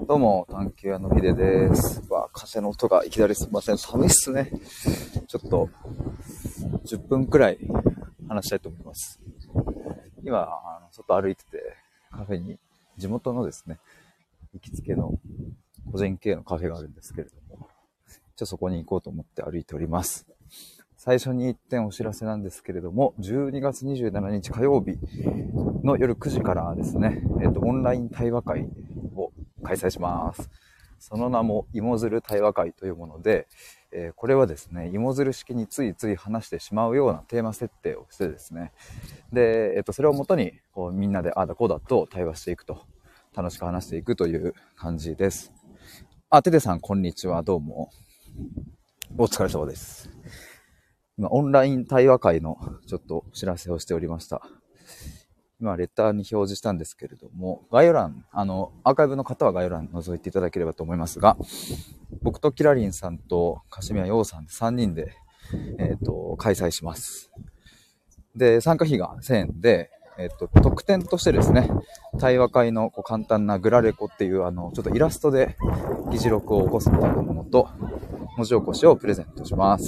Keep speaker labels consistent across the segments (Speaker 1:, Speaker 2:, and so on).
Speaker 1: どうも、探求屋のヒデです。風の音がいきなりすみません。寒いっすね。ちょっと、10分くらい話したいと思います。今、外歩いてて、カフェに、地元のですね、行きつけの個人経営のカフェがあるんですけれども、そこに行こうと思って歩いております。最初に一点お知らせなんですけれども、12月27日火曜日の夜9時からですね、オンライン対話会を開催します。その名も芋づる対話会というもので、これはですね、芋づる式についつい話してしまうようなテーマ設定をしてですね、で、それをもとにこうみんなでああだこうだと対話していくと、楽しく話していくという感じです。テテさんこんにちは、どうもお疲れ様です。今オンライン対話会のちょっとお知らせをしておりました。今レターに表示したんですけれども、概要欄、アーカイブの方は概要欄覗いていただければと思いますが、僕とキラリンさんとカシミヤヨウさん3人で、開催します。で、参加費が1000円で、特典としてですね、対話会の簡単なグラレコっていう、ちょっとイラストで議事録を起こすみたいなものと、文字起こしをプレゼントします。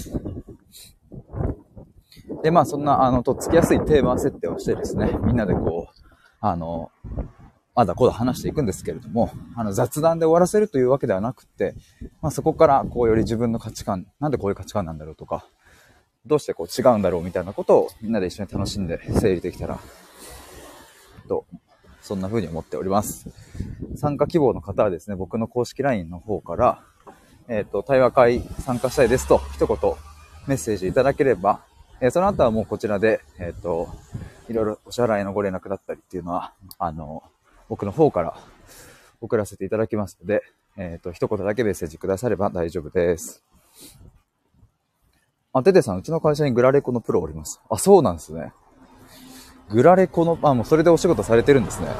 Speaker 1: で、そんな、とっつきやすいテーマ設定をしてですね、みんなでまだこうだ話していくんですけれども、雑談で終わらせるというわけではなくて、そこからより自分の価値観、なんでこういう価値観なんだろうとか、どうして違うんだろうみたいなことをみんなで一緒に楽しんで整理できたら、そんな風に思っております。参加希望の方はですね、僕の公式 LINE の方から、対話会参加したいですと一言メッセージいただければ、その後はもうこちらで、いろいろお支払いのご連絡だったりっていうのは、僕の方から送らせていただきますので、一言だけメッセージくだされば大丈夫です。テテさん、うちの会社にグラレコのプロおります。そうなんですね。グラレコの、もうそれでお仕事されてるんですね。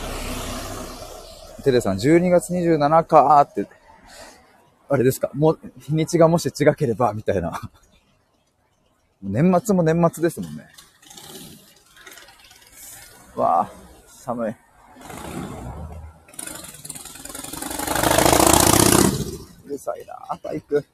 Speaker 1: テテさん、12月27かーって、あれですか、もう日にちがもし違ければ、みたいな。年末も年末ですもんね。寒い。うるさいな、バイク。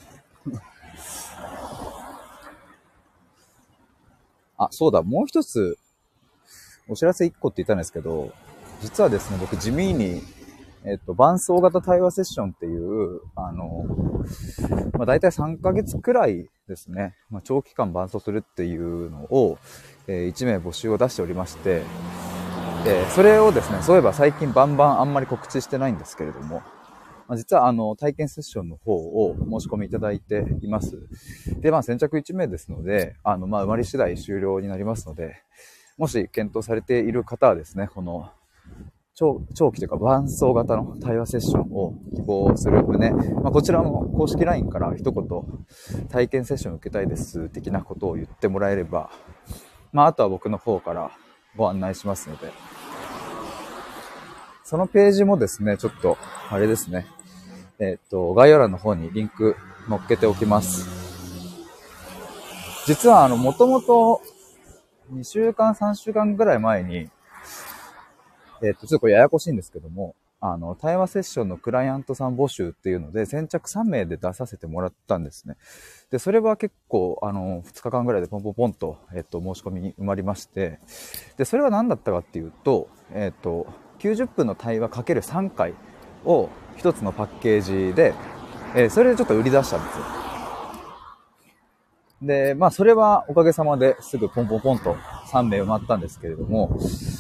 Speaker 1: そうだ、もう一つ、お知らせ1個って言ったんですけど、実はですね、僕地味に、伴走型対話セッションっていう、だいたい3ヶ月くらいですね、長期間伴走するっていうのを、1名募集を出しておりまして、それをですね、そういえば最近バンバンあんまり告知してないんですけれども、実は体験セッションの方を申し込みいただいています。で、先着1名ですので、埋まり次第終了になりますので、もし検討されている方はですね、この長期というか伴走型の対話セッションを希望する旨、こちらの公式 LINE から一言体験セッションを受けたいです的なことを言ってもらえれば、あとは僕の方からご案内しますので、そのページもですね、ちょっとあれですね、概要欄の方にリンク載っけておきます。実はもともと2週間3週間ぐらい前に、ちょっとこれややこしいんですけども、対話セッションのクライアントさん募集っていうので先着3名で出させてもらったんですね。で、それは結構2日間ぐらいでポンポンポンと申し込みに埋まりまして、でそれは何だったかっていうと、90分の対話かける3回を一つのパッケージで、それでちょっと売り出したんですよ。で、それはおかげさまですぐポンポンポンと3名埋まったんですけれども、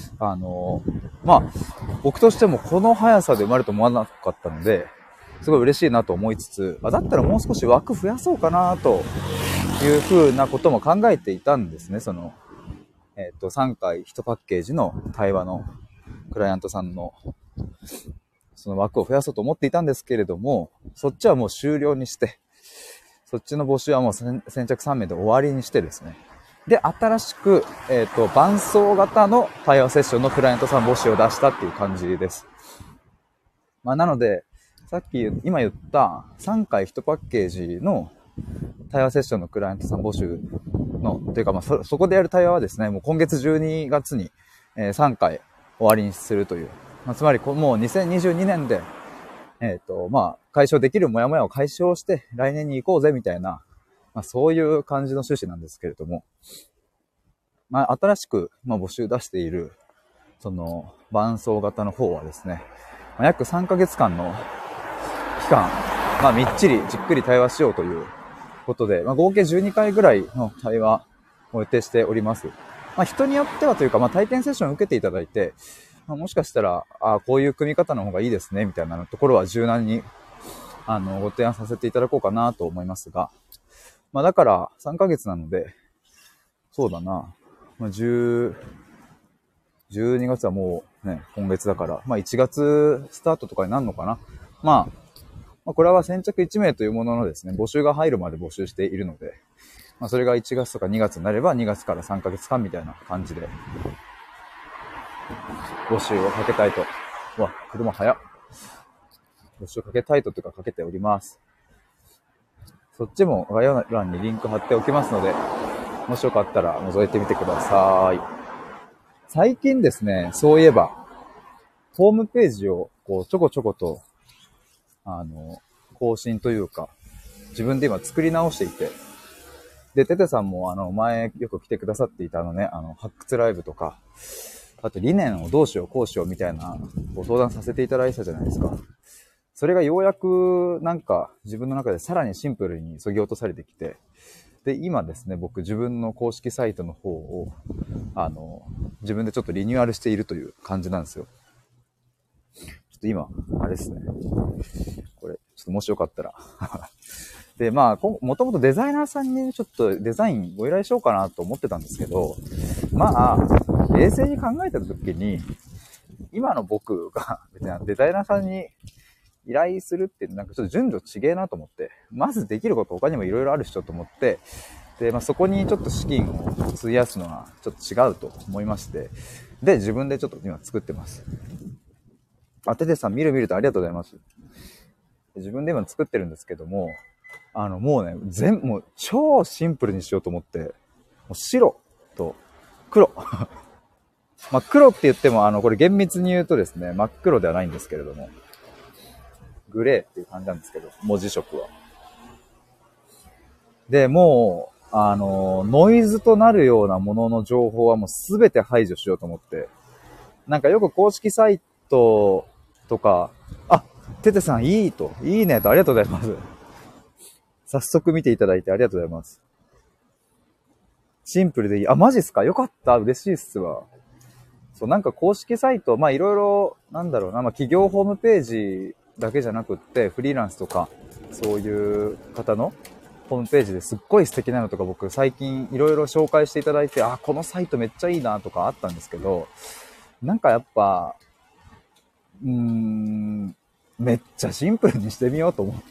Speaker 1: 僕としてもこの速さで埋まると思わなかったので、すごい嬉しいなと思いつつ、だったらもう少し枠増やそうかなというふうなことも考えていたんですね。3回1パッケージの対話のクライアントさんのその枠を増やそうと思っていたんですけれども、そっちはもう終了にして、そっちの募集はもう先着3名で終わりにしてですね。で、新しく、伴走型の対話セッションのクライアントさん募集を出したっていう感じです。なので、今言った3回1パッケージの対話セッションのクライアントさん募集の、というかそこでやる対話はですね、もう今月12月に3回終わりにするという。つまりもう2022年で解消できるモヤモヤを解消して来年に行こうぜみたいな、そういう感じの趣旨なんですけれども、新しく、募集出している、その、伴走型の方はですね、約3ヶ月間の期間、みっちりじっくり対話しようということで、合計12回ぐらいの対話を予定しております。人によってはというか、体験セッションを受けていただいて、もしかしたら、こういう組み方の方がいいですね、みたいなところは柔軟に、ご提案させていただこうかなと思いますが、だから3ヶ月なので、そうだな、12月はもうね、今月だから、1月スタートとかになるのかな。これは先着1名というもののですね、募集が入るまで募集しているので、それが1月とか2月になれば2月から3ヶ月間みたいな感じで、募集をかけたいと。車早っ。募集かけたいというかかけております。そっちも概要欄にリンク貼っておきますので、もしよかったら覗いてみてください。最近ですね、そういえば、ホームページをちょこちょこと、更新というか、自分で今作り直していて、で、テテさんも前よく来てくださっていた発掘ライブとか、あと理念をどうしようこうしようみたいなご相談させていただいたじゃないですか。それがようやく自分の中でさらにシンプルに削ぎ落とされてきて、で、今ですね、僕自分の公式サイトの方を、自分でちょっとリニューアルしているという感じなんですよ。ちょっと今、あれですね。これ、ちょっともしよかったら。で、もともとデザイナーさんにちょっとデザインご依頼しようかなと思ってたんですけど、冷静に考えたときに、今の僕が別にデザイナーさんに依頼するってちょっと順序違えなと思って、まずできること他にもいろいろあるっしょと思って、で、そこにちょっと資金を費やすのはちょっと違うと思いまして、で、自分でちょっと今作ってます。テテさん見るとありがとうございます。自分で今作ってるんですけども、もうね、もう超シンプルにしようと思って、もう白と黒。黒って言っても、これ厳密に言うとですね、真っ黒ではないんですけれども、グレーっていう感じなんですけど、文字色は。で、もう、ノイズとなるようなものの情報はもうすべて排除しようと思って、よく公式サイトとか、テテさんいいねとありがとうございます。早速見ていただいてありがとうございます。シンプルでいい。マジっすか？よかった。嬉しいっすわ。そう、公式サイト、いろいろ、企業ホームページだけじゃなくって、フリーランスとか、そういう方のホームページですっごい素敵なのとか僕最近いろいろ紹介していただいて、このサイトめっちゃいいなとかあったんですけど、やっぱ、めっちゃシンプルにしてみようと思って、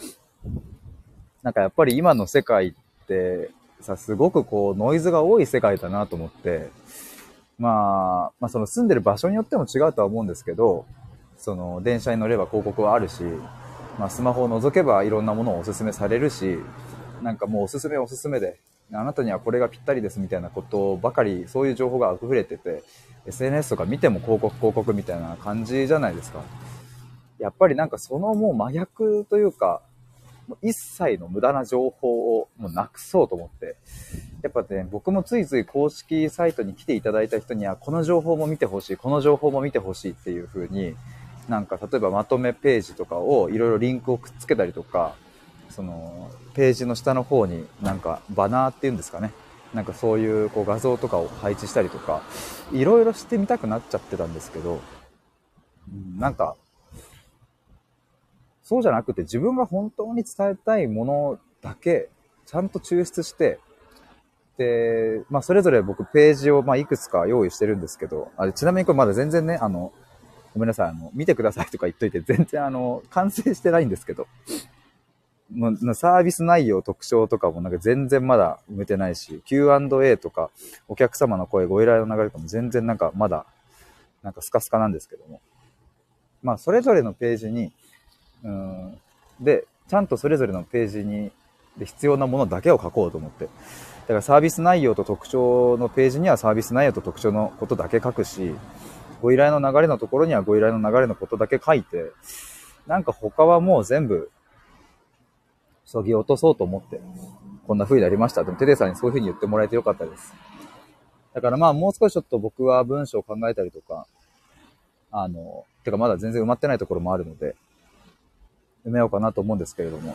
Speaker 1: やっぱり今の世界ってさ、すごくノイズが多い世界だなと思って、その住んでる場所によっても違うとは思うんですけど、その電車に乗れば広告はあるし、スマホを覗けばいろんなものをおすすめされるし、もうおすすめで、あなたにはこれがぴったりですみたいなことばかり、そういう情報が溢れてて、SNS とか見ても広告みたいな感じじゃないですか。やっぱりそのもう真逆というか、一切の無駄な情報をもうなくそうと思って、やっぱね、僕もついつい公式サイトに来ていただいた人には、この情報も見てほしい、この情報も見てほしいっていう風に、例えばまとめページとかをいろいろリンクをくっつけたりとか、そのページの下の方にバナーっていうんですかね、そういう画像とかを配置したりとか、いろいろしてみたくなっちゃってたんですけど、そうじゃなくて自分が本当に伝えたいものだけちゃんと抽出して、で、それぞれ僕ページをいくつか用意してるんですけど、ちなみにこれまだ全然ね、ごめんなさい、見てくださいとか言っといて全然完成してないんですけど、サービス内容特徴とかも全然まだ埋めてないし、Q&A とかお客様の声ご依頼の流れとかも全然まだスカスカなんですけども、それぞれのページにでちゃんとそれぞれのページにで必要なものだけを書こうと思って、だからサービス内容と特徴のページにはサービス内容と特徴のことだけ書くし、ご依頼の流れのところにはご依頼の流れのことだけ書いて、 なんか他はもう全部、そぎ落とそうと思って、こんな風になりました。でもテレさんにそういう風に言ってもらえてよかったです。だからまあもう少しちょっと僕は文章を考えたりとか、てかまだ全然埋まってないところもあるので、埋めようかなと思うんですけれども。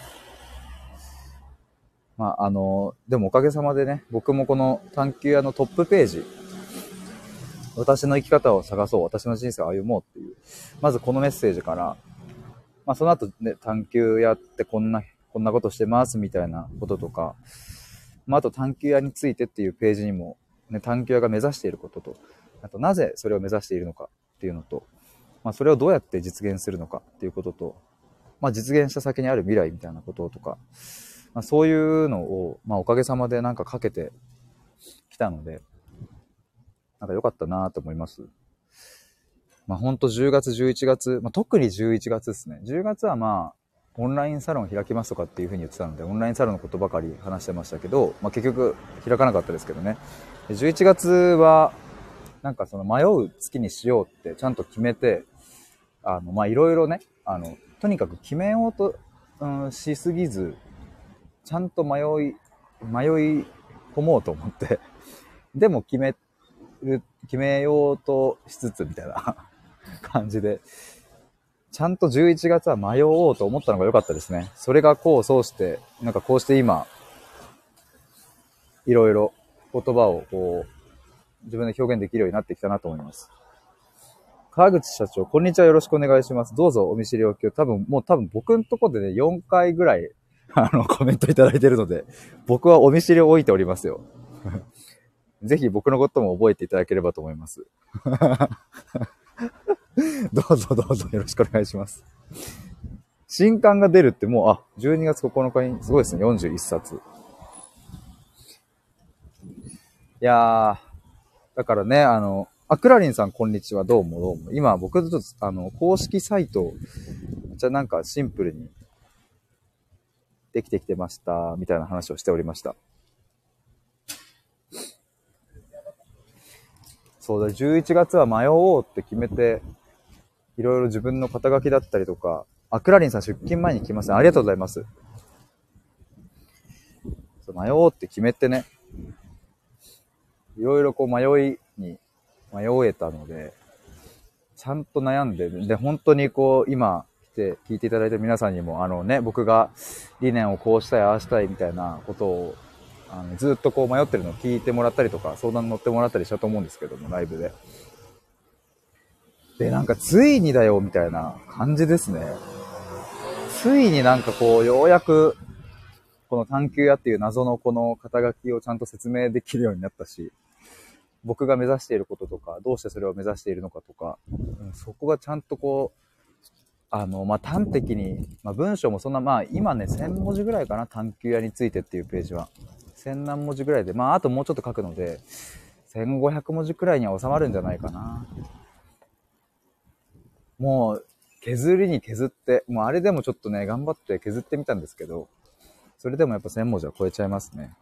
Speaker 1: まあでもおかげさまでね、僕もこの探求屋のトップページ、私の生き方を探そう、私の人生を歩もうっていう、まずこのメッセージから、まあその後ね、探求屋ってこんなことしてますみたいなこととか、まああと探求屋についてっていうページにも、ね、探求屋が目指していることと、あとなぜそれを目指しているのかっていうのと、まあそれをどうやって実現するのかっていうことと、まあ実現した先にある未来みたいなこととか、まあそういうのを、まあおかげさまでなんかかけてきたので、なんか良かったなと思います。まあほんと10月、11月、まあ特に11月ですね。10月はまあ、オンラインサロン開きますとかっていう風に言ってたので、オンラインサロンのことばかり話してましたけど、まあ結局開かなかったですけどね。11月は、なんかその迷う月にしようってちゃんと決めて、まあいろいろね、とにかく決めようと、しすぎず、ちゃんと迷い込もうと思って、でも決めようとしつつみたいな感じで、ちゃんと11月は迷おうと思ったのが良かったですね。それがこうそうして、なんかこうして今、いろいろ言葉をこう、自分で表現できるようになってきたなと思います。川口社長、こんにちは、よろしくお願いします。どうぞお見知りおきを。多分僕のところでね、4回ぐらい、コメントいただいているので、僕はお見知りを置いておりますよ。ぜひ僕のことも覚えていただければと思います。どうぞどうぞよろしくお願いします。新刊が出るってもう、12月9日に、すごいですね、41冊。いやー、だからね、クラリンさんこんにちは、どうもどうも。今僕ちょっと、公式サイト、じゃなんかシンプルにできてきてました、みたいな話をしておりました。そうだ、11月は迷おうって決めて、いろいろ自分の肩書きだったりとか、クラリンさん出勤前に来ますね。ありがとうございます。迷おうって決めてね、いろいろこう迷えたので、ちゃんと悩んで、で、本当にこう、今来て聞いていただいた皆さんにも、僕が理念をこうしたい、ああしたいみたいなことを、ずっとこう迷ってるのを聞いてもらったりとか、相談に乗ってもらったりしたと思うんですけども、ライブで。で、なんかついにだよ、みたいな感じですね。ついになんかこう、ようやく、この探求屋っていう謎のこの肩書きをちゃんと説明できるようになったし、僕が目指していることとか、どうしてそれを目指しているのかとか、そこがちゃんとこう、まあ、端的に、まあ、文章もそんな、まあ、今ね、1000文字ぐらいかな、探求屋についてっていうページは。1000何文字ぐらいで、まあ、あともうちょっと書くので、1500文字くらいには収まるんじゃないかな。もう、削りに削って、もうあれでもちょっとね、頑張って削ってみたんですけど、それでもやっぱ1000文字は超えちゃいますね。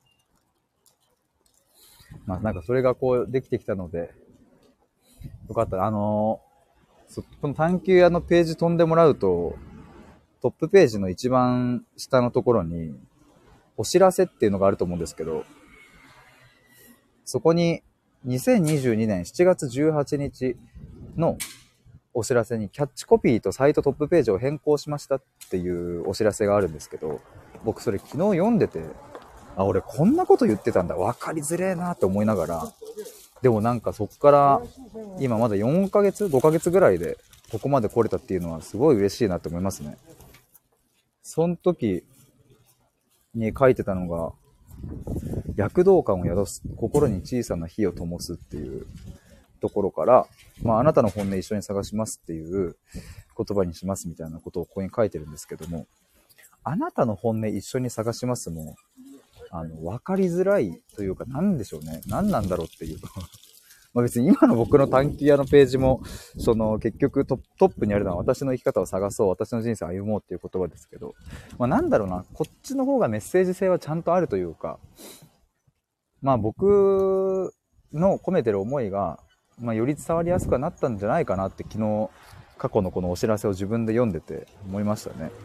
Speaker 1: まあなんかそれがこうできてきたので、よかった。この探求屋のページ飛んでもらうと、トップページの一番下のところに、お知らせっていうのがあると思うんですけど、そこに2022年7月18日のお知らせにキャッチコピーとサイトトップページを変更しましたっていうお知らせがあるんですけど、僕それ昨日読んでて、俺こんなこと言ってたんだ、分かりづれえなって思いながら、でもなんかそっから今まだ4ヶ月5ヶ月ぐらいでここまで来れたっていうのはすごい嬉しいなって思いますね。その時に書いてたのが、躍動感を宿す、心に小さな火を灯すっていうところから、まああなたの本音一緒に探しますっていう言葉にしますみたいなことをここに書いてるんですけども、あなたの本音一緒に探しますも、分かりづらいというか、なんでしょうね。何なんだろうっていう。まあ別に今の僕の探求屋のページも、結局トップにあるのは私の生き方を探そう、私の人生を歩もうっていう言葉ですけど、まあなんだろうな、こっちの方がメッセージ性はちゃんとあるというか、まあ僕の込めてる思いが、まあより伝わりやすくはなったんじゃないかなって昨日過去のこのお知らせを自分で読んでて思いましたね。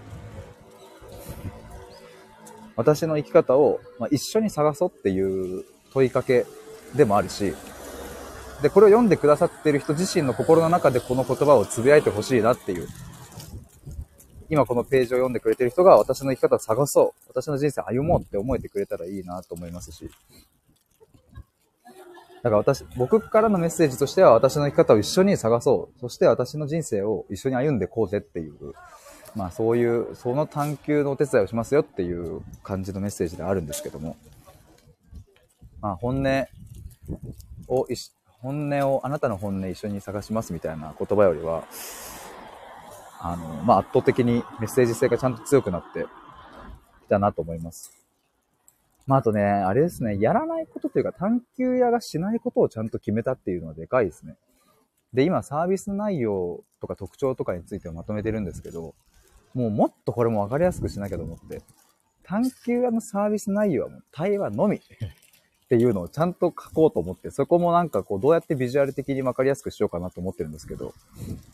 Speaker 1: 私の生き方を、一緒に探そうっていう問いかけでもあるし、で、これを読んでくださっている人自身の心の中でこの言葉をつぶやいてほしいなっていう。今このページを読んでくれている人が私の生き方を探そう。私の人生歩もうって思えてくれたらいいなと思いますし。だから僕からのメッセージとしては私の生き方を一緒に探そう。そして私の人生を一緒に歩んでこうぜっていう。そういう、その探求のお手伝いをしますよっていう感じのメッセージであるんですけども。本音を、あなたの本音一緒に探しますみたいな言葉よりは、圧倒的にメッセージ性がちゃんと強くなってきたなと思います。あとね、あれですね、やらないことというか探求屋がしないことをちゃんと決めたっていうのはでかいですね。で、今サービス内容とか特徴とかについてはまとめてるんですけど、もっとこれも分かりやすくしなきゃと思って、探求屋のサービス内容はもう対話のみっていうのをちゃんと書こうと思って、そこもなんかこうどうやってビジュアル的に分かりやすくしようかなと思ってるんですけど、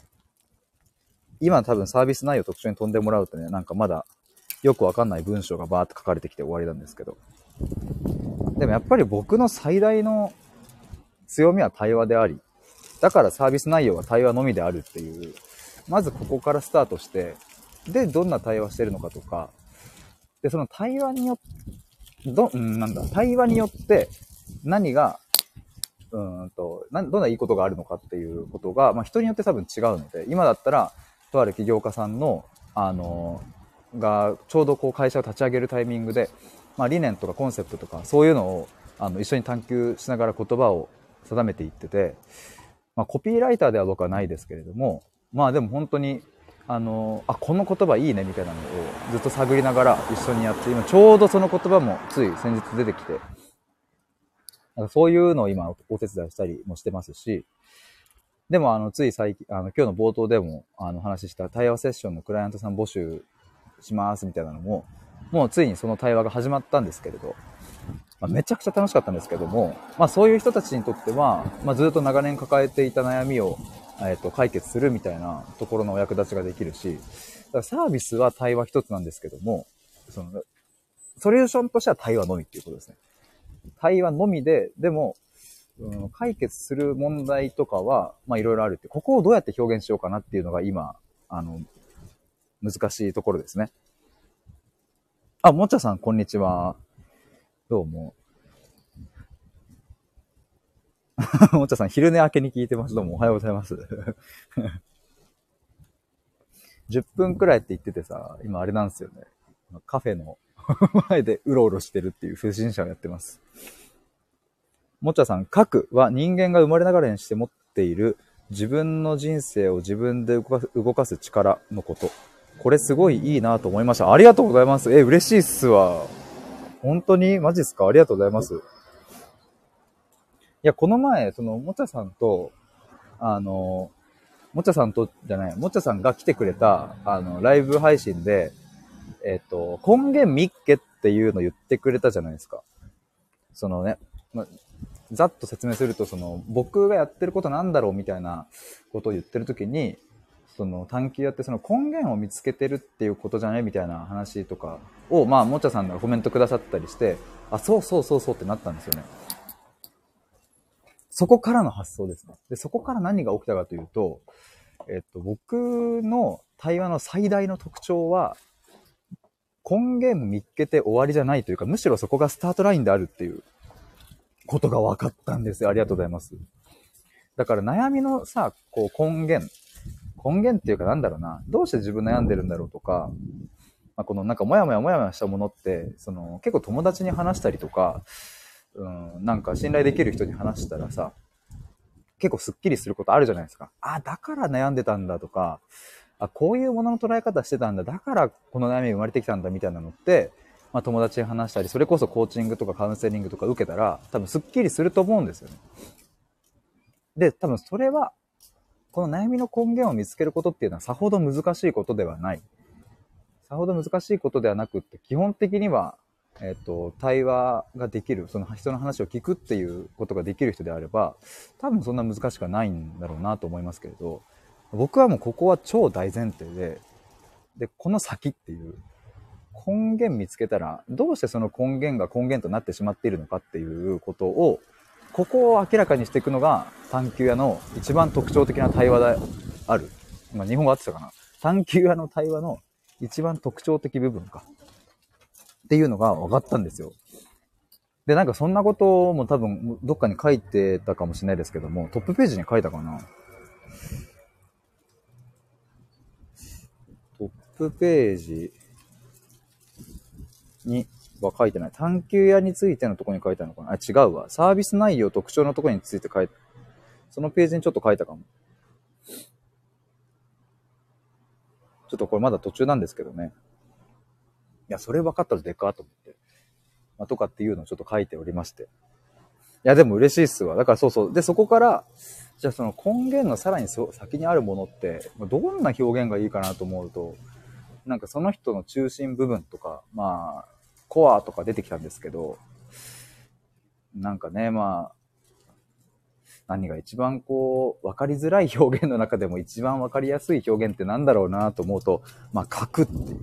Speaker 1: 今多分サービス内容特徴に飛んでもらうとね、なんかまだよくわかんない文章がバーって書かれてきて終わりなんですけど。でもやっぱり僕の最大の強みは対話であり、だからサービス内容は対話のみであるっていう、まずここからスタートして、で、どんな対話してるのかとか、で、その対話によって、対話によって何が、どんないいことがあるのかっていうことが、人によって多分違うので、今だったら、とある起業家さんの、がちょうどこう会社を立ち上げるタイミングで、理念とかコンセプトとかそういうのを一緒に探求しながら言葉を定めていってて、コピーライターでは僕はないですけれども、でも本当にこの言葉いいねみたいなのをずっと探りながら一緒にやって、今ちょうどその言葉もつい先日出てきて、そういうのを今お手伝いしたりもしてますし、でもつい最近今日の冒頭でも話した対話セッションのクライアントさん募集しますみたいなのも、もうついにその対話が始まったんですけれど、めちゃくちゃ楽しかったんですけども、そういう人たちにとっては、ずっと長年抱えていた悩みを、解決するみたいなところのお役立ちができるし、だからサービスは対話一つなんですけども、ソリューションとしては対話のみっていうことですね。対話のみで、でも、解決する問題とかは、いろいろあるって、ここをどうやって表現しようかなっていうのが今、難しいところですね。もちゃさん、こんにちは。どうも。もちゃさん、昼寝明けに聞いてます。どうも、おはようございます。10分くらいって言っててさ、今あれなんですよね。カフェの前でうろうろしてるっていう不審者をやってます。もちゃさん、核は人間が生まれながらにして持っている自分の人生を自分で動かす力のこと。これすごいいいなと思いました。ありがとうございます。嬉しいっすわ。本当にマジっすか？ありがとうございます。いや、この前、もちゃさんと、もちゃさんと、じゃない、もちゃさんが来てくれた、ライブ配信で、根源ミッケっていうのを言ってくれたじゃないですか。そのね、ざっと説明すると、僕がやってることなんだろうみたいなことを言ってるときに、探求やって根源を見つけてるっていうことじゃないみたいな話とかを、もちゃさんがコメントくださったりして、そうそうそうそうってなったんですよね。そこからの発想ですね。で、そこから何が起きたかというと、僕の対話の最大の特徴は、根源見っけて終わりじゃないというか、むしろそこがスタートラインであるっていうことが分かったんですよ。ありがとうございます。だから悩みのさ、こう根源っていうかなんだろうな、どうして自分悩んでるんだろうとか、このなんかモヤモヤしたものって、結構友達に話したりとか、なんか信頼できる人に話したらさ、結構スッキリすることあるじゃないですか。だから悩んでたんだとか、こういうものの捉え方してたんだ、だからこの悩みが生まれてきたんだみたいなのって、友達に話したり、それこそコーチングとかカウンセリングとか受けたら、多分スッキリすると思うんですよね。で、多分それは、この悩みの根源を見つけることっていうのはさほど難しいことではない。さほど難しいことではなくって、基本的には、対話ができる、その人の話を聞くっていうことができる人であれば、多分そんな難しくはないんだろうなと思いますけれど、 僕はもうここは超大前提で、この先っていう根源見つけたら、どうしてその根源が根源となってしまっているのかっていうことを、ここを明らかにしていくのが探求屋の一番特徴的な対話である。まあ、日本語合ってたかな。探求屋の対話の一番特徴的部分か。っていうのが分かったんですよ。で、なんかそんなことも多分どっかに書いてたかもしれないですけども、トップページに書いたかな。トップページには書いてない。探求屋についてのところに書いてあるのかな。あ、違うわ。サービス内容特徴のところについて書いて、そのページにちょっと書いたかも。ちょっとこれまだ途中なんですけどね。いや、それ分かったらでかと思って。まあ、とかっていうのをちょっと書いておりまして。いや、でも嬉しいっすわ。だからそうそう。で、そこから、じゃあその根源のさらに先にあるものって、どんな表現がいいかなと思うと、なんかその人の中心部分とか、まあ、コアとか出てきたんですけど、なんかね、まあ、何が一番こう、分かりづらい表現の中でも一番分かりやすい表現ってなんだろうなと思うと、まあ、核っていう。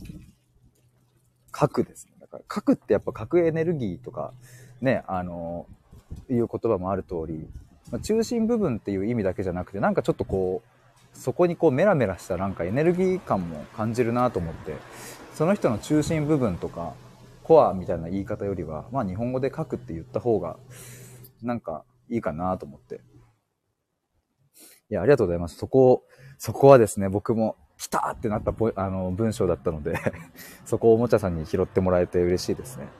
Speaker 1: 核ですね。だから核ってやっぱ核エネルギーとか、ね、いう言葉もある通り、中心部分っていう意味だけじゃなくて、なんかちょっとこう、そこにこうメラメラしたなんかエネルギー感も感じるなと思って、その人の中心部分とか、コアみたいな言い方よりは、まあ日本語で核って言った方が、なんかいいかなと思って。いや、ありがとうございます。そこはですね、僕も来たってなった文章だったのでそこをおもちゃさんに拾ってもらえて嬉しいですね。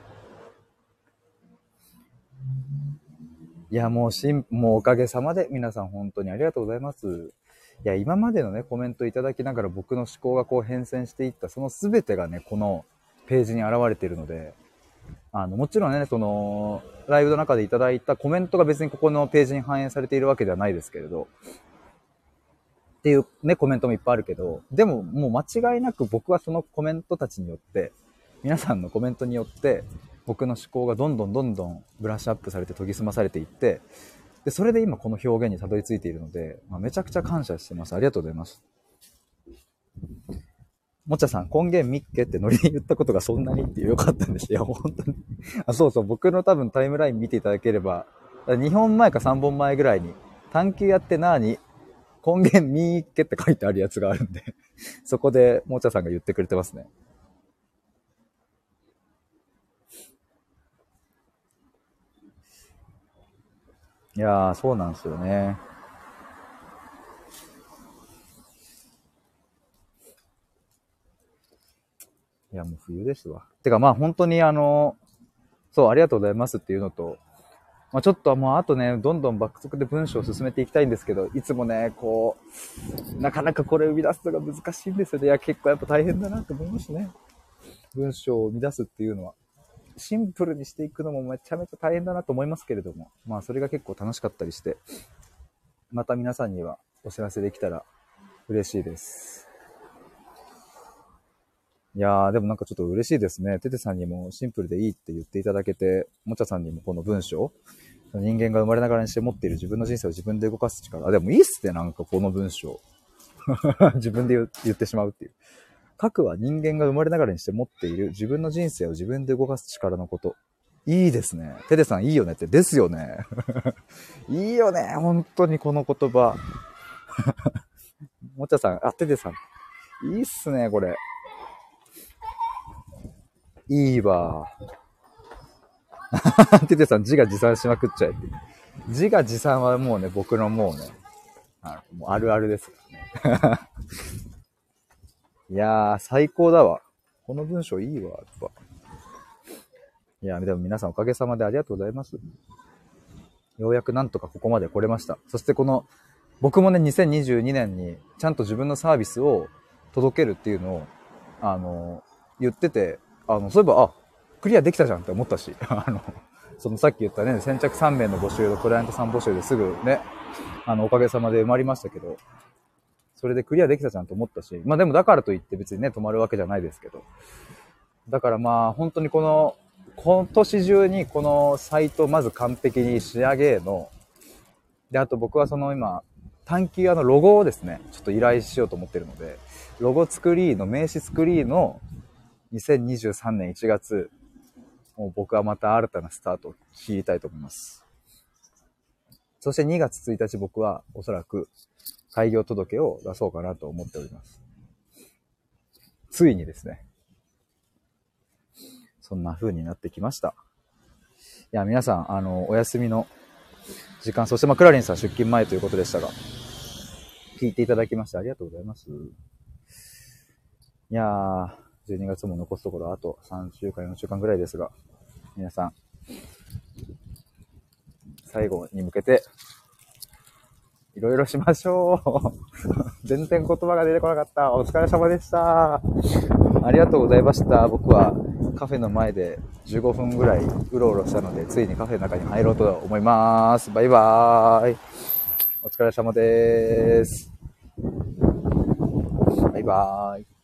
Speaker 1: いや、もうおかげさまで皆さん本当にありがとうございます。いや、今までのね、コメントいただきながら僕の思考がこう変遷していったその全てがね、このページに現れているので、もちろんね、その、ライブの中でいただいたコメントが別にここのページに反映されているわけではないですけれど、っていうね、コメントもいっぱいあるけど、でももう間違いなく僕はそのコメントたちによって、皆さんのコメントによって、僕の思考がどんどんブラッシュアップされて研ぎ澄まされていって、で、それで今この表現にたどり着いているので、めちゃくちゃ感謝してます。ありがとうございます。もちゃさん、根源みっけってノリで言ったことがそんなにってよかったんですよ。本当に。そうそう、僕の多分タイムライン見ていただければ、2本前か3本前ぐらいに、探求やって何根源みっけって書いてあるやつがあるんで、そこでもちゃさんが言ってくれてますね。いやー、そうなんですよね。いや、もう冬ですわ。てかまあ本当にそう、ありがとうございますっていうのと、ちょっともうあとね、どんどん爆速で文章を進めていきたいんですけど、いつもね、こう、なかなかこれを生み出すのが難しいんですよね。いや、結構やっぱ大変だなと思いますね。文章を生み出すっていうのは。シンプルにしていくのもめちゃめちゃ大変だなと思いますけれども、まあそれが結構楽しかったりして、また皆さんにはお知らせできたら嬉しいです。いやー、でもなんかちょっと嬉しいですね。テテさんにもシンプルでいいって言っていただけて、もちゃさんにもこの文章、人間が生まれながらにして持っている自分の人生を自分で動かす力。あ、でもいいっすね、なんかこの文章。自分で言ってしまうっていう。核は人間が生まれながらにして持っている自分の人生を自分で動かす力のこと。いいですね。テテさんいいよねって。ですよね。いいよね。本当にこの言葉。もちゃさん、テテさん。いいっすね、これ。いいわ。テテさん自画自賛しまくっちゃえって。自画自賛はもうね、僕のもうね、もうあるあるですからね。いやー、最高だわ。この文章いいわ、やっぱ。いや、でも皆さんおかげさまでありがとうございます。ようやくなんとかここまで来れました。そしてこの、僕もね、2022年にちゃんと自分のサービスを届けるっていうのを、言ってて、そういえば、クリアできたじゃんって思ったし、そのさっき言ったね、先着3名の募集のクライアントさん募集ですぐね、おかげさまで埋まりましたけど、それでクリアできたじゃんと思ったし、まあでもだからといって別にね、止まるわけじゃないですけど、だからまあ本当に今年中にこのサイトをまず完璧に仕上げの、で、あと僕はその今、 短期ロゴをですね、ちょっと依頼しようと思ってるので、ロゴ作りの、名刺作りの2023年1月、もう僕はまた新たなスタートを切りたいと思います。そして2月1日僕はおそらく開業届を出そうかなと思っております。ついにですね、そんな風になってきました。いや、皆さん、お休みの時間、そしてクラリンさん出勤前ということでしたが、聞いていただきましてありがとうございます。いやー、12月も残すところあと3週間、4週間ぐらいですが、皆さん、最後に向けて、いろいろしましょう。全然言葉が出てこなかった。お疲れ様でした。ありがとうございました。僕はカフェの前で15分ぐらいうろうろしたので、ついにカフェの中に入ろうと思います。バイバーイ。お疲れ様です。バイバーイ。